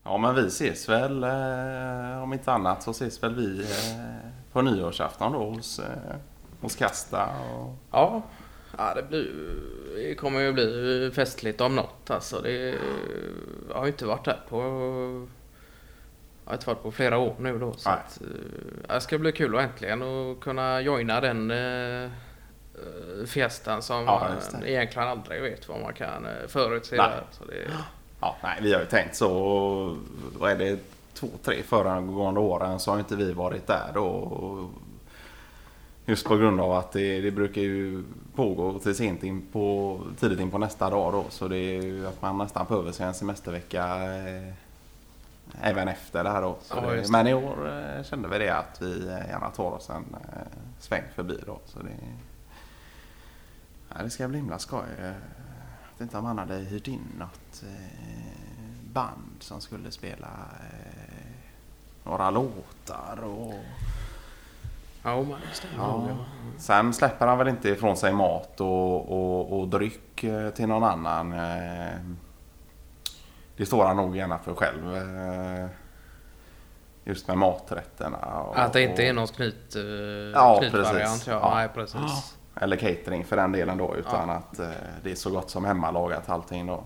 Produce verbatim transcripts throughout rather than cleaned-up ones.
Ja, men vi ses väl, eh, om inte annat så ses väl vi eh, på nyårsafton då hos, eh, hos Kasta. Och... Ja, ja det, blir, det kommer ju bli festligt om något. Alltså det, jag har ju inte varit där på, jag har inte varit på flera år nu då. Så att, det ska bli kul att äntligen och kunna joina den eh, fiestan som ja, man egentligen aldrig vet vad man kan förutse. Nej. Där. Så det, Ja, nej, vi har ju tänkt så, vad är det, två, tre föregående åren så har inte vi varit där då. Just på grund av att det, det brukar ju pågå till sent in på, tidigt in på nästa dag då. Så det är ju att man nästan behöver sig en semestervecka eh, även efter det här då. Så ja, det, men i år eh, kände vi det att vi gärna tar oss en eh, sväng förbi då. Så det, ja, det ska bli himla skoj. Jag vet inte om han hade hyrt in något eh, band som skulle spela eh, några låtar och... ja, men det stämmer. Ja. Sen släpper han väl inte ifrån sig mat och, och, och dryck eh, till någon annan. Eh, det står han nog gärna för själv. Eh, just med maträtterna. Och, att det inte är någon knyt, eh, ja, knytvariant. precis. Ja, Ja. nej, precis. Eller catering för den delen då, utan Ja. att eh, det är så gott som hemmalagat allting då.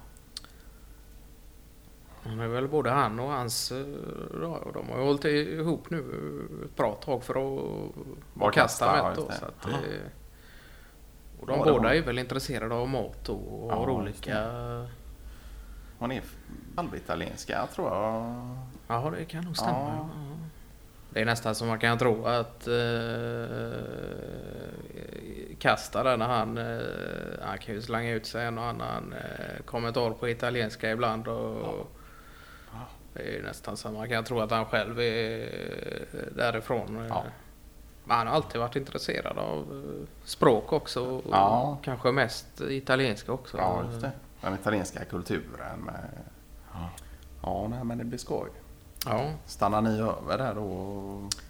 Han är väl både han och hans, ja, de har ju hållit ihop nu ett bra tag för att Var kasta Kasta, med ja, då, just det. så att, eh, och de Ja, det båda var- är väl intresserade av mat och Ja, har just olika, Hon är halvitalienska tror jag. ja det kan nog stämma. Ja. Ja. Det är nästan som man kan tro att eh, Kasta där när han, eh, han kan ju slänga ut sig en och annan eh, kommentar på italienska ibland och det är nästan som man kan tro att han själv är därifrån. Ja. Men han har alltid varit intresserad av eh, språk också och Ja. kanske mest italienska också. Ja, just det. Den italienska kulturen med... Ja, ja nej, men det blir skoj. Ja, Stannar ni över där då?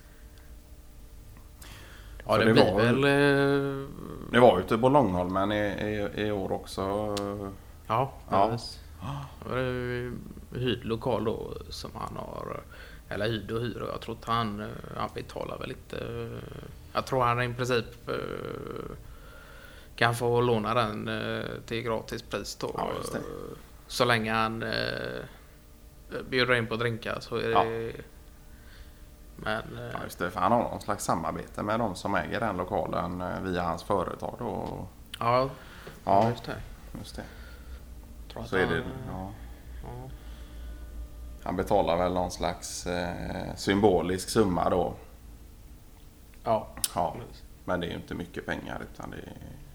ja För det, det blir var- väl... Eh, Ni var ute på Långholmen i, i, i år också. ja, Ja. precis. Det var ju hyrd lokal då som han har, eller hyrd och hyr, och jag tror att han, han betalar väl inte, jag tror han i princip eh, kan få låna den eh, till gratispris då. Ja, just det. Så länge han eh, bjuder in på drinkar så är Ja. det, men eh, Ja, just det. För han har någon slags samarbete med de som äger den lokalen eh, via hans företag då. ja, Ja, just det. just det. Jag tror att Så är det, han- ja. ja. Han betalar väl någon slags eh, symbolisk summa då. Ja, Ja, men det är ju inte mycket pengar utan det är...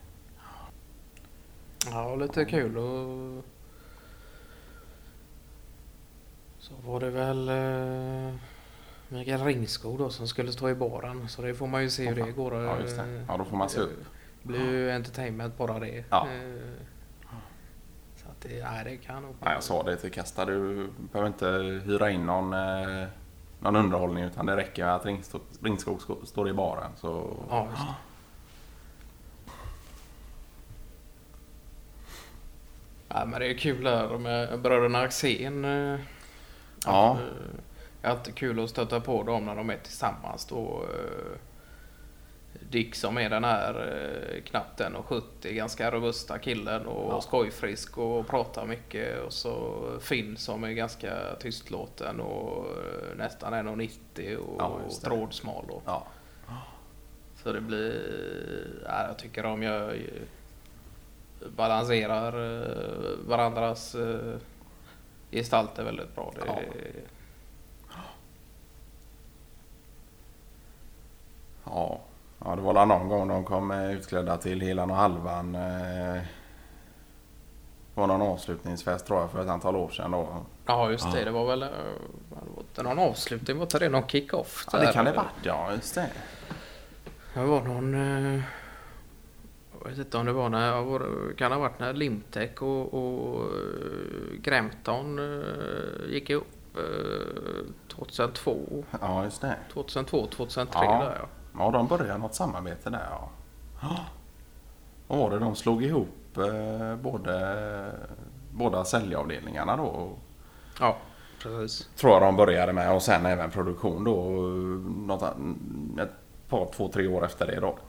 ja, lite kul och så var det väl eh, Mikael Ringskog då som skulle stå i baren, så det får man ju se hur det går. Ja, just det. Ja, då får man se upp. Det blir ju entertainment bara det. Ja. Eh, Så att det, nej, det kan nog. Nej, jag sa det till Kasta, du behöver inte hyra in någon, eh, någon underhållning utan det räcker att Ringskog, Ringskog sk- står i baren. Så... Ja, just det. Ja, men det är kul där med bröderna Axén. eh, Ja. att, eh, Det är alltid kul att stöta på dem när de är tillsammans då. eh, Dick som är den här eh, knappt en och sjuttio, ganska robusta killen och Ja. skojfrisk och pratar mycket, och så Finn som är ganska tystlåten och eh, nästan en och nittio och Ja, just det. trådsmal då. Ja. Så det blir, ja, jag tycker de gör balanserar eh, varandras eh, gestalter väldigt bra. Det, Ja. Ja. Ja, det var väl någon gång de kom eh, utklädda till Helan och Halvan. Eh, var någon avslutningsfest tror jag för ett antal år sedan då. Ja, just det. Ja. Det var väl, eh, vad var det, någon avslutning, var inte det någon kick-off? Ja, det där? kan det varit, ja just det. Det var någon, eh, jag vet inte om det var när, jag var- kan det ha varit när Limtech och, och eh, Grämpton eh, gick ihop eh, tjugohundratvå, Ja, just det. tjugohundratvå, tjugohundratre Ja. där ja. Ja, de började något samarbete där, ja. Ja. Och var det de slog ihop eh, både, båda säljavdelningarna då? Ja, Precis. Tror jag de började med, och sen även produktion då något, ett par, två, tre år efter det då.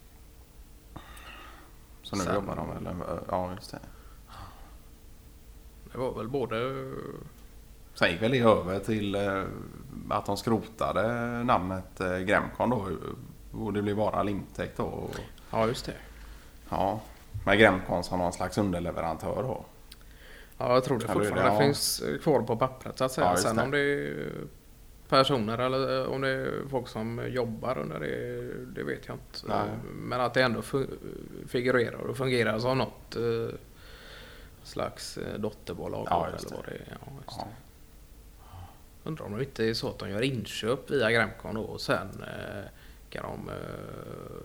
Så nu sen, jobbar de väl, ja just det. Det var väl både... Sen gick väl det över till att de skrotade namnet Gremcon då, och det blev bara Limtech då. Ja just det. Ja, med Gremcon som någon slags underleverantör då. Ja, jag tror det fortfarande det, ja. finns kvar på pappret så att säga. Ja, sen det. Om det är personer eller om det är folk som jobbar under det, det vet jag inte. Nej. Men att det ändå figurerar och fungerar som något eh, slags dotterbolag. Ja, just det. Eller vad det är. Ja, just ja. det. Undrar om det inte är så att de gör inköp via Gremcon då, och sen eh, kan de eh,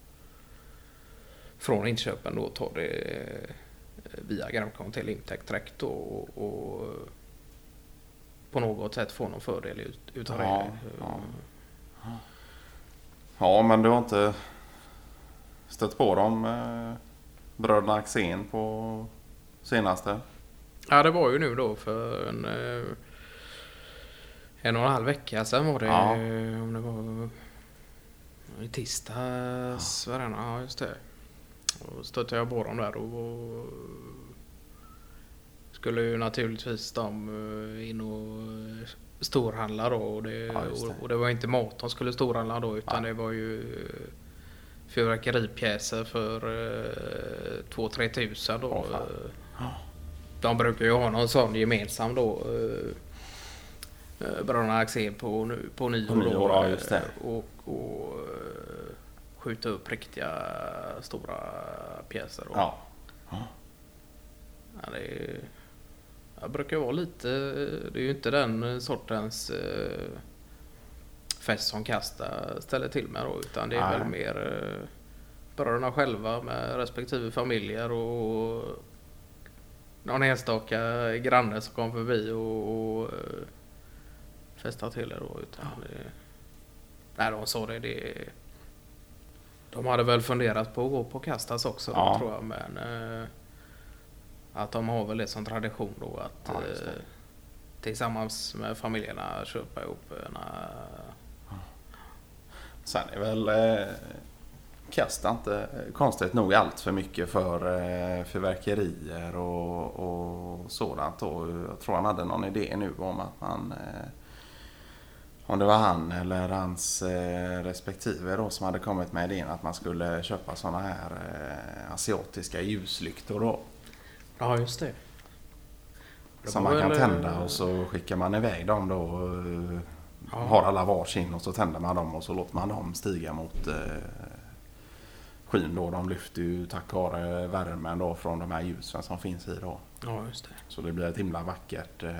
från inköpen då ta det eh, via Gremcon till Limtech direkt och, och på något sätt få någon fördel ut, utav ja, det. Ja. ja, men du har inte stött på dem eh, bröderna Axén på senaste? Ja, det var ju nu då för en eh, en och en halv vecka sedan var det, ja. om det var i tisdags, ja. ja just det. Och stötte jag på dem där och skulle ju naturligtvis de in och storhandla då. Och det, ja, det. Och det var inte mat de skulle storhandla då, utan ja. det var ju fyrverkeripjäser för två tre tusen då. Oh, ja. De brukar ju ha någon sån gemensam då. Bröderna Axén på, på nyår, på nyår då, just det. Och, och skjuta upp riktiga stora pjäser. Och, ja. Ja, det, är, det brukar vara lite, det är ju inte den sortens eh, fest som Kasta ställer till med då, utan det är Nej. väl mer eh, bröderna själva med respektive familjer och någon enstaka granne som kom förbi och, och festar till det då, utan ja. det, nej, de sa det, det de hade väl funderat på att gå på Kastas också ja. då, tror jag, men eh, att de har väl det som tradition då att ja, eh, tillsammans med familjerna köpa ihop en, ja. Sen är väl eh, Kasta inte konstigt nog allt för mycket för eh, fyrverkerier och, och sådant och jag tror han hade någon idé nu om att man eh, om det var han eller hans eh, respektive då som hade kommit med idén att man skulle köpa såna här eh, asiatiska ljuslyktor då. Ja, just det. det som man kan väl tända och så skickar man iväg dem då och ja. har alla varsin och så tänder man dem och så låter man dem stiga mot eh, skyn då. De lyfter ju tack vare värmen då från de här ljusen som finns i då. Ja, just det. Så det blir ett himla vackert eh,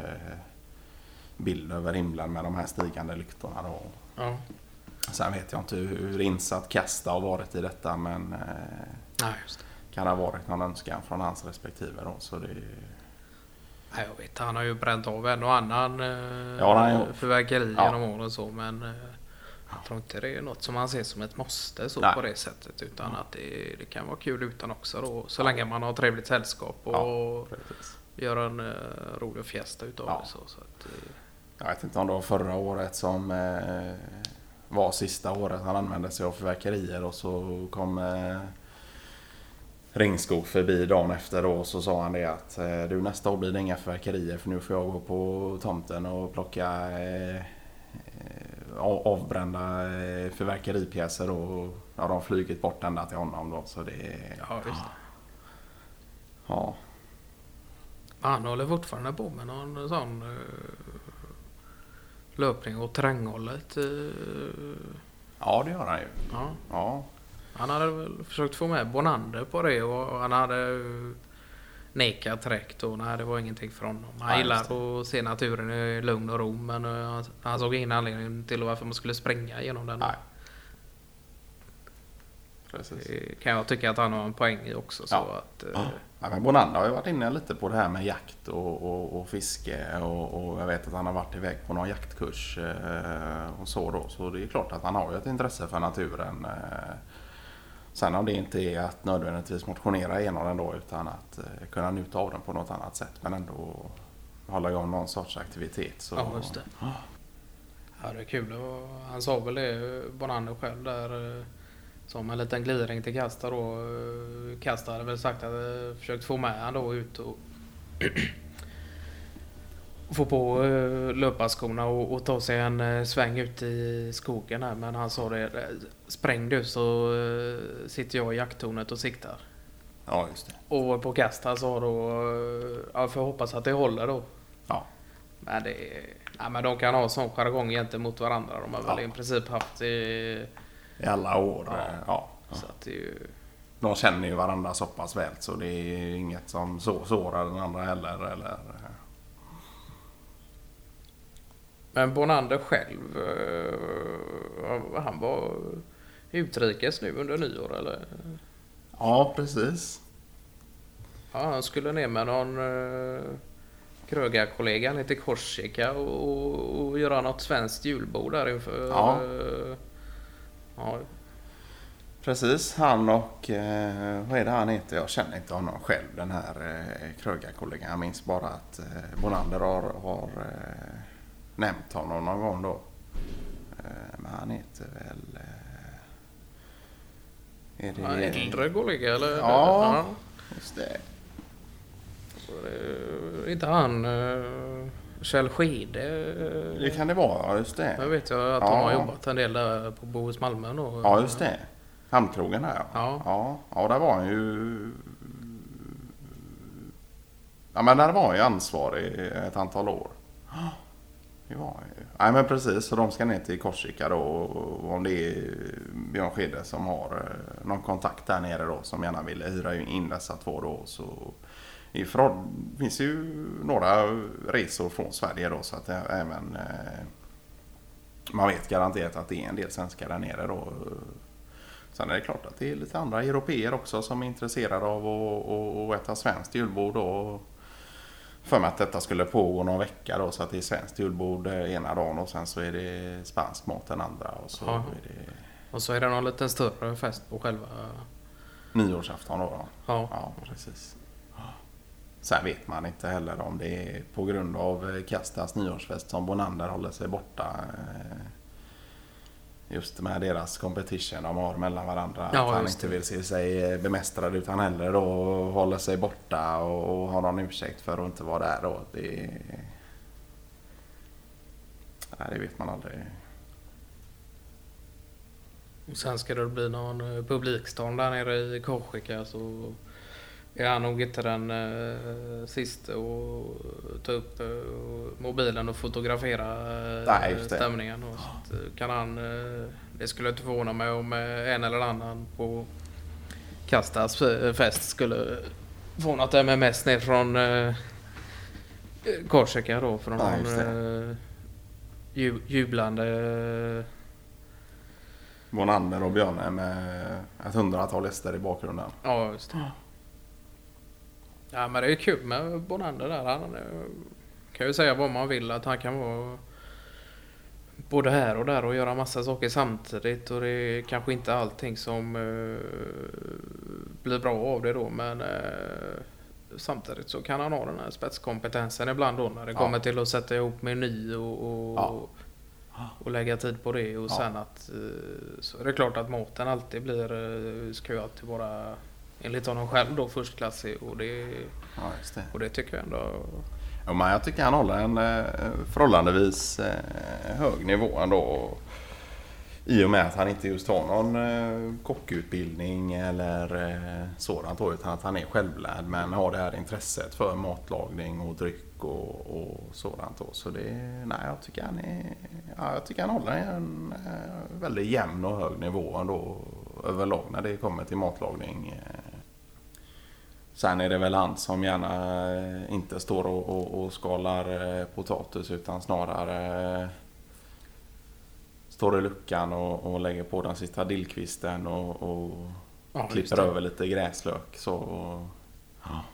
bild över himlen med de här stigande lyktorna då. Ja. Sen vet jag inte hur insatt Kasta har varit i detta, men eh, ja, just det. Kan ha varit någon önskan från hans respektive då, så det ja, jag vet, han har ju bränt av en och annan eh, ja, förverkeri ja. genom åren och så, men eh, jag tror inte det är något som man ser som ett måste så Nej. på det sättet, utan mm. att det, det kan vara kul utan också då, så länge man har trevligt sällskap och ja, gör en uh, rolig fiesta utav ja. det så, så att, uh, jag vet inte om det var förra året som eh, var sista året han använde sig av förverkerier och så kom eh, Ringskog förbi dagen efter då och så sa han det att eh, du, nästa år blir det inga förverkerier för nu får jag gå på tomten och plocka eh, avbrända förverkeripjäser och ja, de har flugit bort ända till honom då, så det ja, just det. Ja. Han håller fortfarande på med någon sån uh, löpning och terränghållet. Uh, ja, det gör han ju. Ja. Ja. Han hade väl försökt få med Bonander på det och han hade uh, nekat direkt och nej, det var ingenting för honom. Han ja, gillar att se naturen i lugn och ro, men uh, han såg ingen anledning till varför man skulle springa genom den. Nej. Precis. Det kan jag tycka att han har en poäng i också. Så ja. att, uh, ja, men Bonander har ju varit inne lite på det här med jakt och, och, och fiske och, och jag vet att han har varit iväg på någon jaktkurs uh, och så då. Så det är klart att han har ju ett intresse för naturen. Uh, Sen om det inte är att nödvändigtvis motionera igenom den då utan att eh, kunna njuta av den på något annat sätt men ändå hålla igång någon sorts aktivitet. Så, ja, just det. Ja, det är kul. Och han sa väl det, Bonander själv där, som en liten gliring till Kasta då. Kasta hade väl sagt att jag försökt få med han då ut och få på löparskorna och, och ta sig en sväng ut i skogen här. Men han sa det, spräng du så sitter jag i jakttornet och siktar. Ja, just det. Och på Kasta sa då, ja, får hoppas att det håller då. Ja. Men det ja, men de kan ha sån jargong gentemot varandra. De har väl ja. i princip haft i, i alla år. Ja. Ja. Ja. Så att det är ju... De känner ju varandra så pass väl så det är inget som så, sårar den andra heller. Eller... Men Bonander själv, han var utrikes nu under nyår eller? Ja, precis. Ja, han skulle ner med någon krögarkollega ner till Korsika och, och, och göra något svenskt julbord där inför. Ja. Ja. Precis, han och eh, vad är det han heter? Jag känner inte honom själv, den här eh, krögarkollegan. Jag minns bara att eh, Bonander har, har eh, nämnt honom någon gång då. Eh, men han heter väl... Eh, är det... Ja, äldre kollega eller? Ja, ja, just det. Det inte han uh, Kjell Skede. Det kan det vara, just det. Jag vet jag att ja. de har jobbat en del där på Bohus Malmö. Och, ja, just det. Hamnkrogen där, ja. Ja. Ja, ja, där var han ju... Ja, men där var han ju ansvarig ett antal år. Det var ju... Nej, men precis. Så de ska ner till Korsika då. Och om det är Björn Skede som har någon kontakt där nere då som gärna vill hyra in dessa två då, så... Ifrån, det finns ju några resor från Sverige då, så att det, även eh, man vet garanterat att det är en del svenskar där nere då. Sen är det klart att det är lite andra europeer också som är intresserade av att äta svenskt julbord då. För mig att detta skulle pågå någon vecka då, så att det är svenskt julbord ena dagen och sen så är det spansk mat den andra. Och så, ja. är det... och så är det någon liten större fest på själva nyårsafton då. då. Ja. Ja, precis. Sen vet man inte heller om det är på grund av Kastas nyårsfest som Bonander håller sig borta. Just med deras competition de har mellan varandra. Ja, att han just inte det. vill se sig bemästrad utan heller då håller sig borta och har någon ursäkt för att inte vara där då. Det, nej, det vet man aldrig. Och sen ska det bli någon publikstorm där nere i Korsika, så är han nog inte den eh, sista och ta upp eh, mobilen och fotografera eh, Nej, just det. stämningen. Och så att, kan han, eh, det skulle inte förvåna mig om eh, en eller annan på Kastas fest skulle få något M M S ner från eh, Korsika då, från Ja, någon eh, ju, jublande eh, Bonander och Björne med ett hundratal gäster i bakgrunden. ja, just det. Ja, men det är kul med Bonander där. Han kan ju säga vad man vill, att han kan vara både här och där och göra massa saker samtidigt, och det är kanske inte allting som uh, blir bra av det då, men uh, samtidigt så kan han ha den här spetskompetensen ibland då när det ja. kommer till att sätta ihop meny och, och, ja. och lägga tid på det, och ja. sen att uh, så är det klart att maten alltid blir uh, ska ju alltid vara enligt honom själv då förstklassig, och det, ja, just det. och det tycker jag ändå. Ja, men jag tycker han håller en eh, förhållandevis eh, hög nivå ändå. I och med att han inte just har någon eh, kockutbildning eller eh, sådant då, utan att han är självlärd men har det här intresset för matlagning och dryck och, och sådant då. Så det, nej, jag tycker han är, ja, jag tycker han håller en eh, väldigt jämn och hög nivå ändå överlag när det kommer till matlagning. Sen är det väl han som gärna inte står och, och, och skalar potatis, utan snarare står i luckan och, och lägger på den sista dillkvisten och, och ja, klipper över lite gräslök. Så, ja.